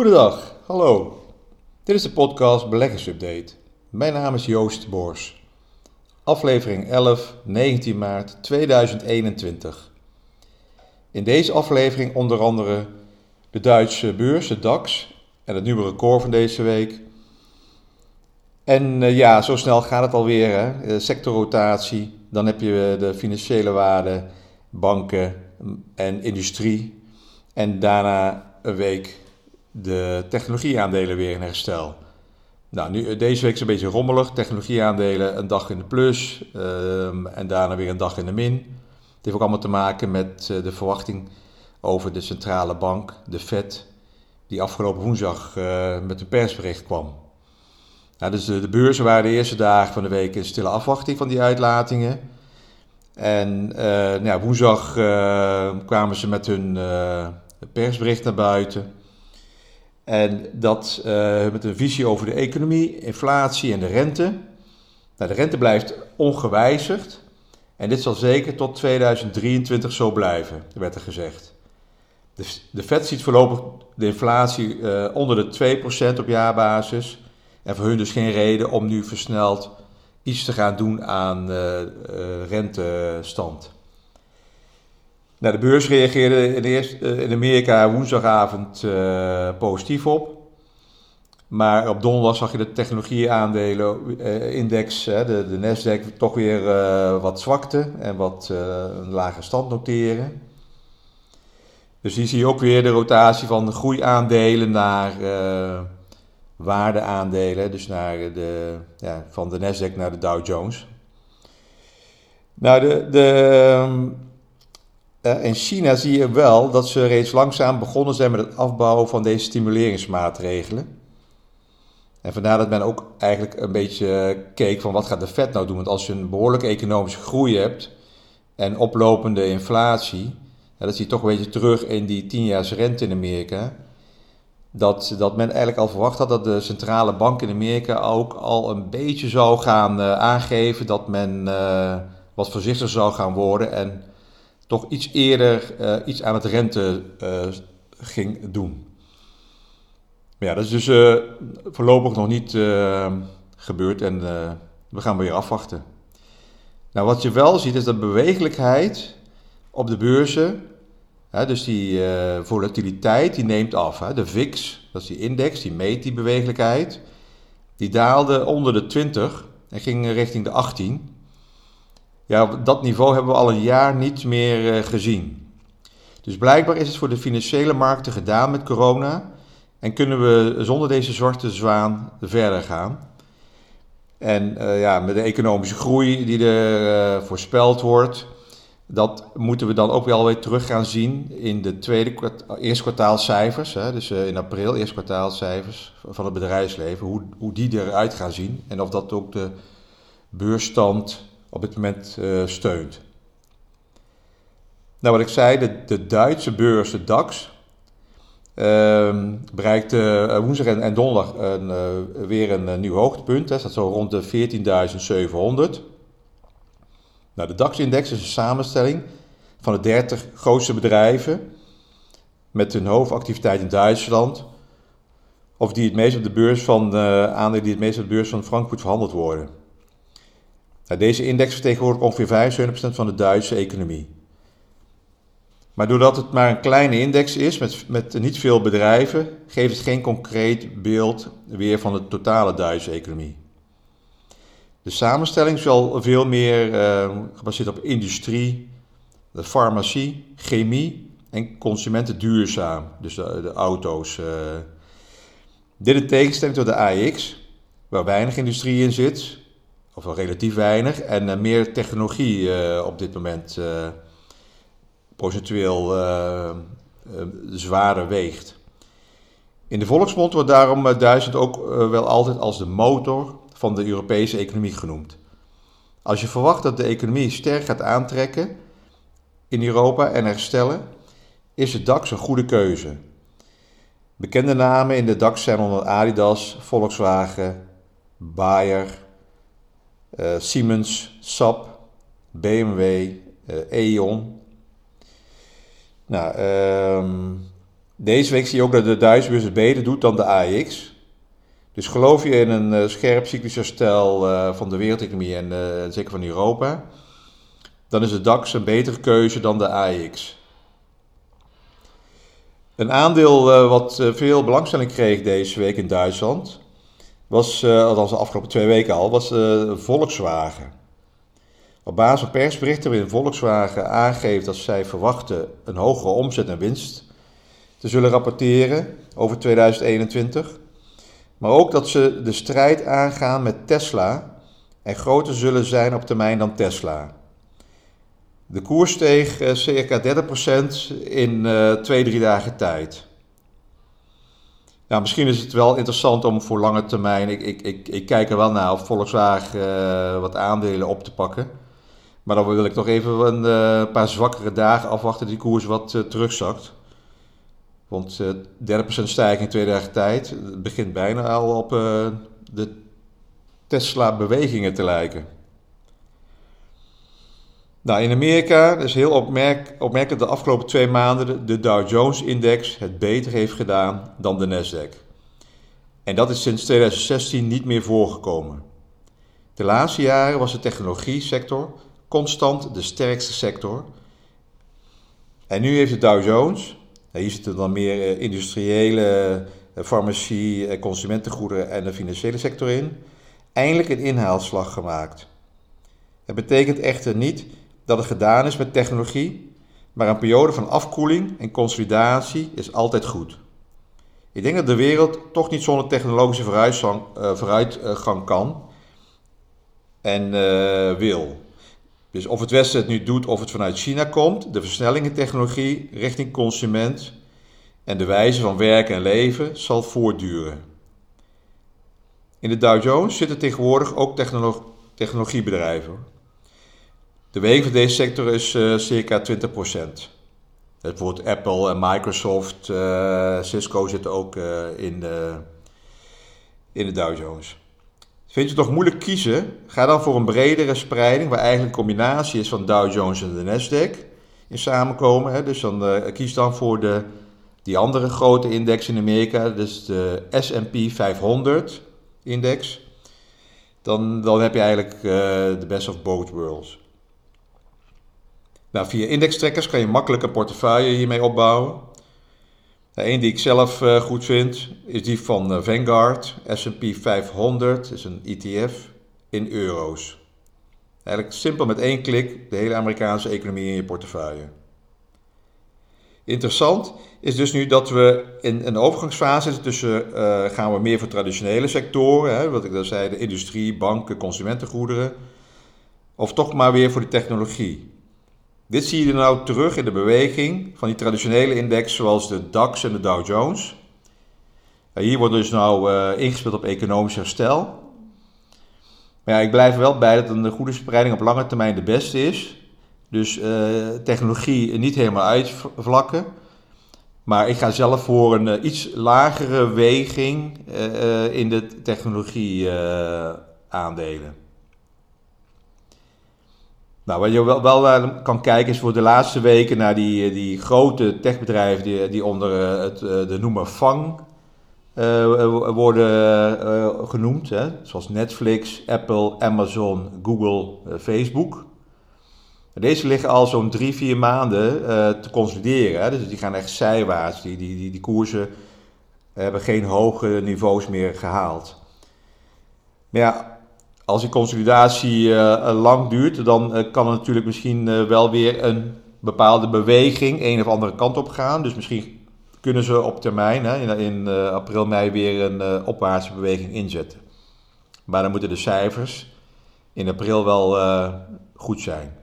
Goedendag, hallo. Dit is de podcast Beleggersupdate. Mijn naam is Joost Boors. Aflevering 11, 19 maart 2021. In deze aflevering onder andere de Duitse beurs, de DAX, en het nieuwe record van deze week. En zo snel gaat het alweer, hè? Sectorrotatie, dan heb je de financiële waarden, banken en industrie. En daarna een week de technologieaandelen weer in herstel. Nou, deze week is een beetje rommelig. Technologieaandelen een dag in de plus en daarna weer een dag in de min. Het heeft ook allemaal te maken met de verwachting over de centrale bank, de Fed, die afgelopen woensdag met een persbericht kwam. Nou, dus de beurzen waren de eerste dagen van de week in stille afwachting van die uitlatingen. En woensdag kwamen ze met hun persbericht naar buiten. En dat met een visie over de economie, inflatie en de rente. Nou, de rente blijft ongewijzigd. En dit zal zeker tot 2023 zo blijven, werd er gezegd. De Fed ziet voorlopig de inflatie onder de 2% op jaarbasis. En voor hun dus geen reden om nu versneld iets te gaan doen aan rentestand. Nou, de beurs reageerde in Amerika woensdagavond positief op. Maar op donderdag zag je de technologieaandelen-index, de Nasdaq, toch weer wat zwakte en wat een lage stand noteren. Dus hier zie je ook weer de rotatie van de groeiaandelen naar waardeaandelen, dus naar van de Nasdaq naar de Dow Jones. Nou, in China zie je wel dat ze reeds langzaam begonnen zijn met het afbouwen van deze stimuleringsmaatregelen. En vandaar dat men ook eigenlijk een beetje keek van wat gaat de Fed nou doen. Want als je een behoorlijke economische groei hebt en oplopende inflatie, dat zie je toch een beetje terug in die 10-jaars rente in Amerika. Dat men eigenlijk al verwacht had dat de centrale bank in Amerika ook al een beetje zou gaan aangeven dat men wat voorzichtiger zou gaan worden en toch iets eerder iets aan het rente ging doen. Maar ja, dat is dus voorlopig nog niet gebeurd en we gaan weer afwachten. Nou, wat je wel ziet is dat bewegelijkheid op de beurzen, dus die volatiliteit, die neemt af. De VIX, dat is die index, die meet die bewegelijkheid, die daalde onder de 20 en ging richting de 18. Ja, dat niveau hebben we al een jaar niet meer gezien. Dus blijkbaar is het voor de financiële markten gedaan met corona en kunnen we zonder deze zwarte zwaan verder gaan. En met de economische groei die er voorspeld wordt, dat moeten we dan ook wel weer terug gaan zien in de eerste kwartaalcijfers. Dus in april, eerste kwartaalcijfers van het bedrijfsleven, hoe die eruit gaan zien en of dat ook de beursstand op dit moment steunt. Nou, wat ik zei, de Duitse beurs, de DAX, bereikte woensdag en donderdag weer een nieuw hoogtepunt. Dat staat zo rond de 14.700. Nou, de DAX-index is een samenstelling van de 30 grootste bedrijven met hun hoofdactiviteit in Duitsland, of die het meest op de beurs van aandelen die het meest op de beurs van Frankfurt verhandeld worden. Nou, deze index vertegenwoordigt ongeveer 75% van de Duitse economie. Maar doordat het maar een kleine index is met niet veel bedrijven, geeft het geen concreet beeld weer van de totale Duitse economie. De samenstelling is wel veel meer gebaseerd op industrie, de farmacie, chemie en consumenten duurzaam, dus de auto's. Dit in tegenstelling tot de AEX, waar weinig industrie in zit, of wel relatief weinig, en meer technologie op dit moment procentueel zwaarder weegt. In de volksmond wordt daarom Duitsland ook wel altijd als de motor van de Europese economie genoemd. Als je verwacht dat de economie sterk gaat aantrekken in Europa en herstellen, is de DAX een goede keuze. Bekende namen in de DAX zijn onder Adidas, Volkswagen, Bayer, Siemens, SAP, BMW, E.ON. Nou, Deze week zie je ook dat de Duitse beurs het beter doet dan de AEX. Dus geloof je in een scherp cyclisch herstel van de wereldeconomie en zeker van Europa, dan is de DAX een betere keuze dan de AEX. Een aandeel wat veel belangstelling kreeg deze week in Duitsland, was, althans de afgelopen 2 weken al, was Volkswagen. Op basis van persberichten waarin Volkswagen aangeeft dat zij verwachten een hogere omzet en winst te zullen rapporteren over 2021. Maar ook dat ze de strijd aangaan met Tesla en groter zullen zijn op termijn dan Tesla. De koers steeg circa 30% in 2-3 dagen tijd. Nou, misschien is het wel interessant om voor lange termijn, ik kijk er wel naar, of Volkswagen wat aandelen op te pakken. Maar dan wil ik toch even een paar zwakkere dagen afwachten die koers wat terugzakt. Want 30% stijging in 2 dagen tijd, het begint bijna al op de Tesla-bewegingen te lijken. Nou, in Amerika is heel opmerkelijk dat de afgelopen 2 maanden de Dow Jones-index het beter heeft gedaan dan de Nasdaq. En dat is sinds 2016 niet meer voorgekomen. De laatste jaren was de technologie-sector constant de sterkste sector. En nu heeft de Dow Jones, hier zitten dan meer industriële, farmacie, consumentengoederen en de financiële sector in, eindelijk een inhaalslag gemaakt. Het betekent echter niet dat het gedaan is met technologie, maar een periode van afkoeling en consolidatie is altijd goed. Ik denk dat de wereld toch niet zonder technologische vooruitgang kan en wil. Dus of het Westen het nu doet of het vanuit China komt, de versnelling in technologie richting consument en de wijze van werken en leven zal voortduren. In de Dow Jones zitten tegenwoordig ook technologiebedrijven. De weging van deze sector is circa 20%. Bijvoorbeeld Apple en Microsoft, Cisco zitten ook in de Dow Jones. Vind je het toch moeilijk kiezen? Ga dan voor een bredere spreiding waar eigenlijk een combinatie is van Dow Jones en de Nasdaq in samenkomen. Hè? Dus dan kies dan voor die andere grote index in Amerika, dus de S&P 500 index. Dan heb je eigenlijk de best of both worlds. Nou, via indextrekkers kan je makkelijk een portefeuille hiermee opbouwen. Eén die ik zelf goed vind, is die van Vanguard, S&P 500, is een ETF in euro's. Eigenlijk simpel met 1 klik de hele Amerikaanse economie in je portefeuille. Interessant is dus nu dat we in een overgangsfase zitten tussen gaan we meer voor traditionele sectoren, hè, wat ik al zei, de industrie, banken, consumentengoederen, of toch maar weer voor de technologie. Dit zie je nou terug in de beweging van die traditionele index zoals de DAX en de Dow Jones. Hier wordt dus nou ingespeeld op economisch herstel. Maar ja, ik blijf er wel bij dat een goede spreiding op lange termijn de beste is. Dus technologie niet helemaal uitvlakken. Maar ik ga zelf voor een iets lagere weging in de technologie aandelen. Nou, wat je wel kan kijken is voor de laatste weken naar die grote techbedrijven die onder de noemer FANG worden genoemd. Hè? Zoals Netflix, Apple, Amazon, Google, Facebook. Deze liggen al zo'n 3-4 maanden te consolideren. Hè? Dus die gaan echt zijwaarts. Die koersen hebben geen hoge niveaus meer gehaald. Maar ja, als die consolidatie lang duurt, dan kan er natuurlijk misschien wel weer een bepaalde beweging een of andere kant op gaan. Dus misschien kunnen ze op termijn in april, mei weer een opwaartse beweging inzetten. Maar dan moeten de cijfers in april wel goed zijn.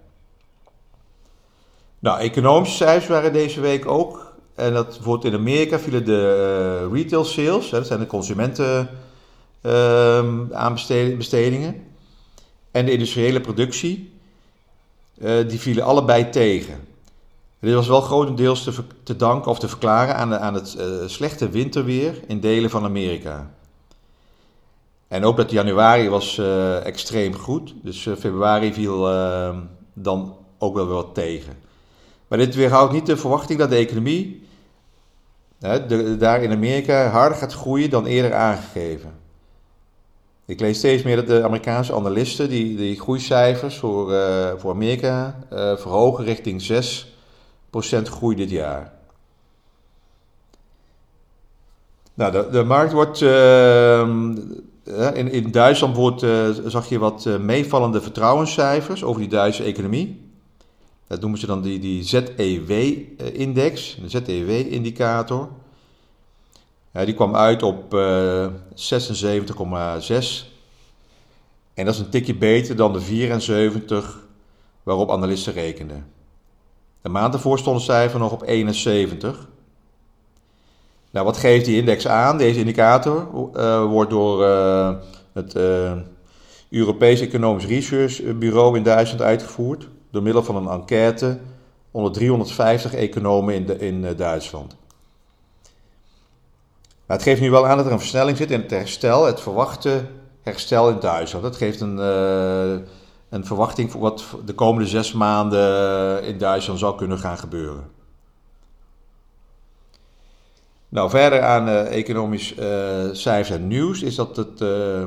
Nou, economische cijfers waren deze week ook. En dat bijvoorbeeld in Amerika vielen de retail sales, dat zijn de consumenten aanbestedingen, en de industriële productie, die vielen allebei tegen. Dit was wel grotendeels te danken of te verklaren aan het slechte winterweer in delen van Amerika. En ook dat januari was extreem goed, dus februari viel dan ook wel weer wat tegen. Maar dit weerhoudt niet de verwachting dat de economie daar in Amerika harder gaat groeien dan eerder aangegeven. Ik lees steeds meer dat de Amerikaanse analisten die groeicijfers voor Amerika verhogen richting 6% groei dit jaar. Nou, de markt wordt... in Duitsland zag je wat meevallende vertrouwenscijfers over die Duitse economie. Dat noemen ze dan die ZEW-index, de ZEW-indicator. Die kwam uit op 76,6. En dat is een tikje beter dan de 74 waarop analisten rekenden. Een maand ervoor stond het cijfer nog op 71. Nou, wat geeft die index aan? Deze indicator wordt door het Europees Economisch Research Bureau in Duitsland uitgevoerd. Door middel van een enquête onder 350 economen in Duitsland. Nou, het geeft nu wel aan dat er een versnelling zit in het verwachte herstel in Duitsland. Dat geeft een verwachting voor wat de komende 6 maanden in Duitsland zou kunnen gaan gebeuren. Nou, verder aan economisch cijfers en nieuws is dat het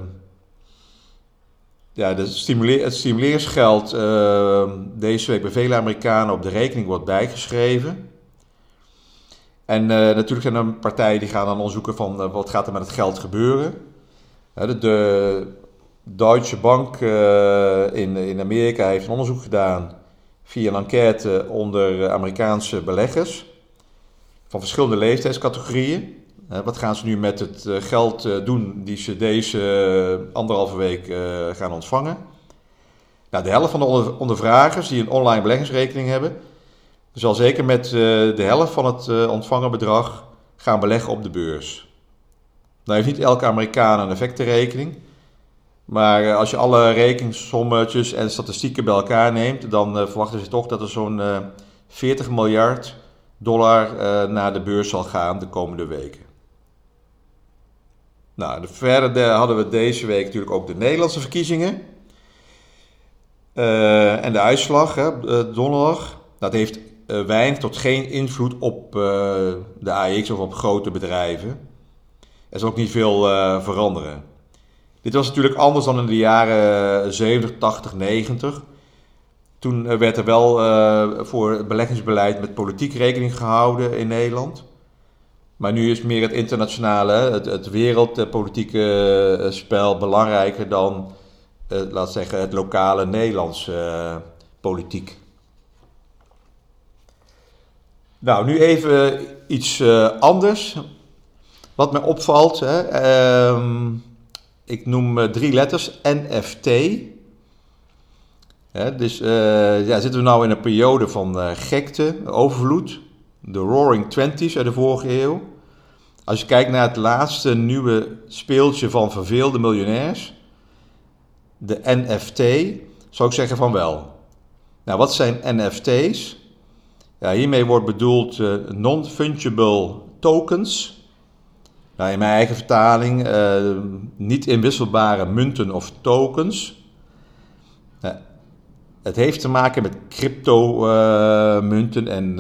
stimuleringsgeld deze week bij vele Amerikanen op de rekening wordt bijgeschreven. En natuurlijk zijn er partijen die gaan dan onderzoeken van wat gaat er met het geld gebeuren. De Deutsche Bank in Amerika heeft een onderzoek gedaan via een enquête onder Amerikaanse beleggers van verschillende leeftijdscategorieën. Wat gaan ze nu met het geld doen die ze deze 1,5 week gaan ontvangen? Nou, de helft van de ondervragers die een online beleggingsrekening hebben, zal zeker met de helft van het ontvangen bedrag gaan beleggen op de beurs. Nou heeft niet elke Amerikaan een effectenrekening, maar als je alle rekeningssommetjes en statistieken bij elkaar neemt, dan verwachten ze toch dat er zo'n $40 miljard naar de beurs zal gaan de komende weken. Nou, verder hadden we deze week natuurlijk ook de Nederlandse verkiezingen. En de uitslag, donderdag, dat heeft weinig tot geen invloed op de AEX of op grote bedrijven. Er zal ook niet veel veranderen. Dit was natuurlijk anders dan in de jaren 70, 80, 90. Toen werd er wel voor het beleggingsbeleid met politiek rekening gehouden in Nederland. Maar nu is meer het internationale, het wereldpolitieke spel belangrijker dan, laten we zeggen, het lokale Nederlandse politiek. Nou, nu even iets anders. Wat mij opvalt, ik noem 3 letters, NFT. Dus zitten we nou in een periode van gekte, overvloed, de Roaring Twenties uit de vorige eeuw. Als je kijkt naar het laatste nieuwe speeltje van verveelde miljonairs, de NFT, zou ik zeggen van wel. Nou, wat zijn NFT's? Ja, hiermee wordt bedoeld non-fungible tokens. Nou, in mijn eigen vertaling niet inwisselbare munten of tokens. Het heeft te maken met crypto-munten en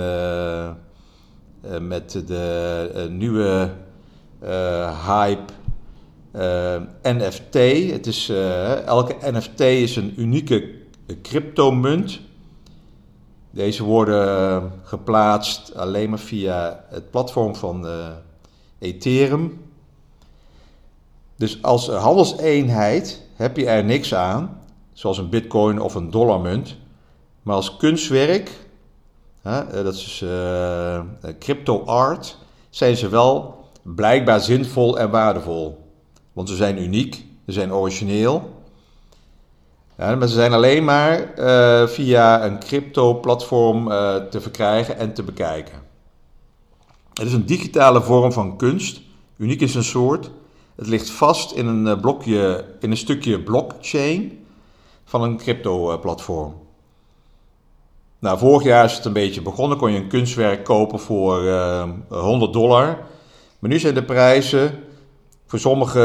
met de nieuwe hype NFT. Het is, elke NFT is een unieke cryptomunt. Deze worden geplaatst alleen maar via het platform van Ethereum. Dus als handelseenheid heb je er niks aan, zoals een bitcoin of een dollarmunt. Maar als kunstwerk, dat is crypto art, zijn ze wel blijkbaar zinvol en waardevol. Want ze zijn uniek, ze zijn origineel. Ja, maar ze zijn alleen maar via een crypto-platform te verkrijgen en te bekijken. Het is een digitale vorm van kunst, uniek in zijn soort. Het ligt vast in een stukje blockchain van een crypto-platform. Nou, vorig jaar is het een beetje begonnen, kon je een kunstwerk kopen voor $100. Maar nu zijn de prijzen voor sommige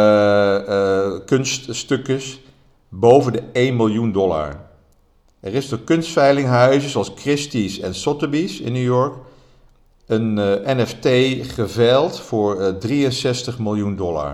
kunststukjes boven de $1 miljoen. Er is door kunstveilinghuizen zoals Christie's en Sotheby's in New York een NFT geveild voor $63 miljoen.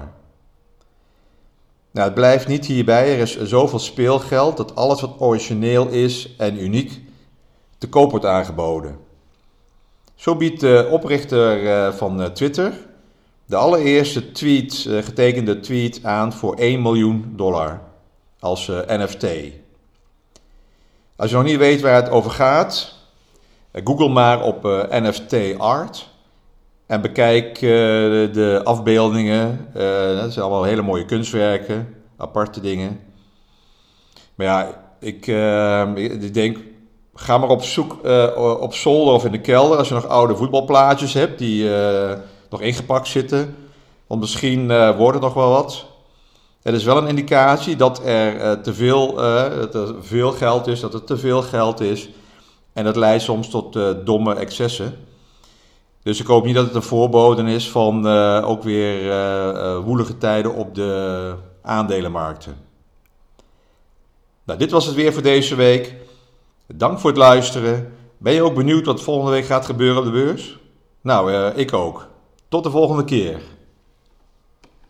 Nou, het blijft niet hierbij. Er is zoveel speelgeld dat alles wat origineel is en uniek te koop wordt aangeboden. Zo biedt de oprichter van Twitter de allereerste getekende tweet aan voor $1 miljoen als NFT. Als je nog niet weet waar het over gaat, google maar op NFT art en bekijk de afbeeldingen. Dat zijn allemaal hele mooie kunstwerken, aparte dingen. Maar ja, ik denk, ga maar op zoek op zolder of in de kelder als je nog oude voetbalplaatjes hebt die nog ingepakt zitten. Want misschien wordt het nog wel wat. Het is wel een indicatie dat er veel geld is, dat er te veel geld is. En dat leidt soms tot domme excessen. Dus ik hoop niet dat het een voorbode is van ook weer woelige tijden op de aandelenmarkten. Nou, dit was het weer voor deze week. Dank voor het luisteren. Ben je ook benieuwd wat volgende week gaat gebeuren op de beurs? Nou, ik ook. Tot de volgende keer.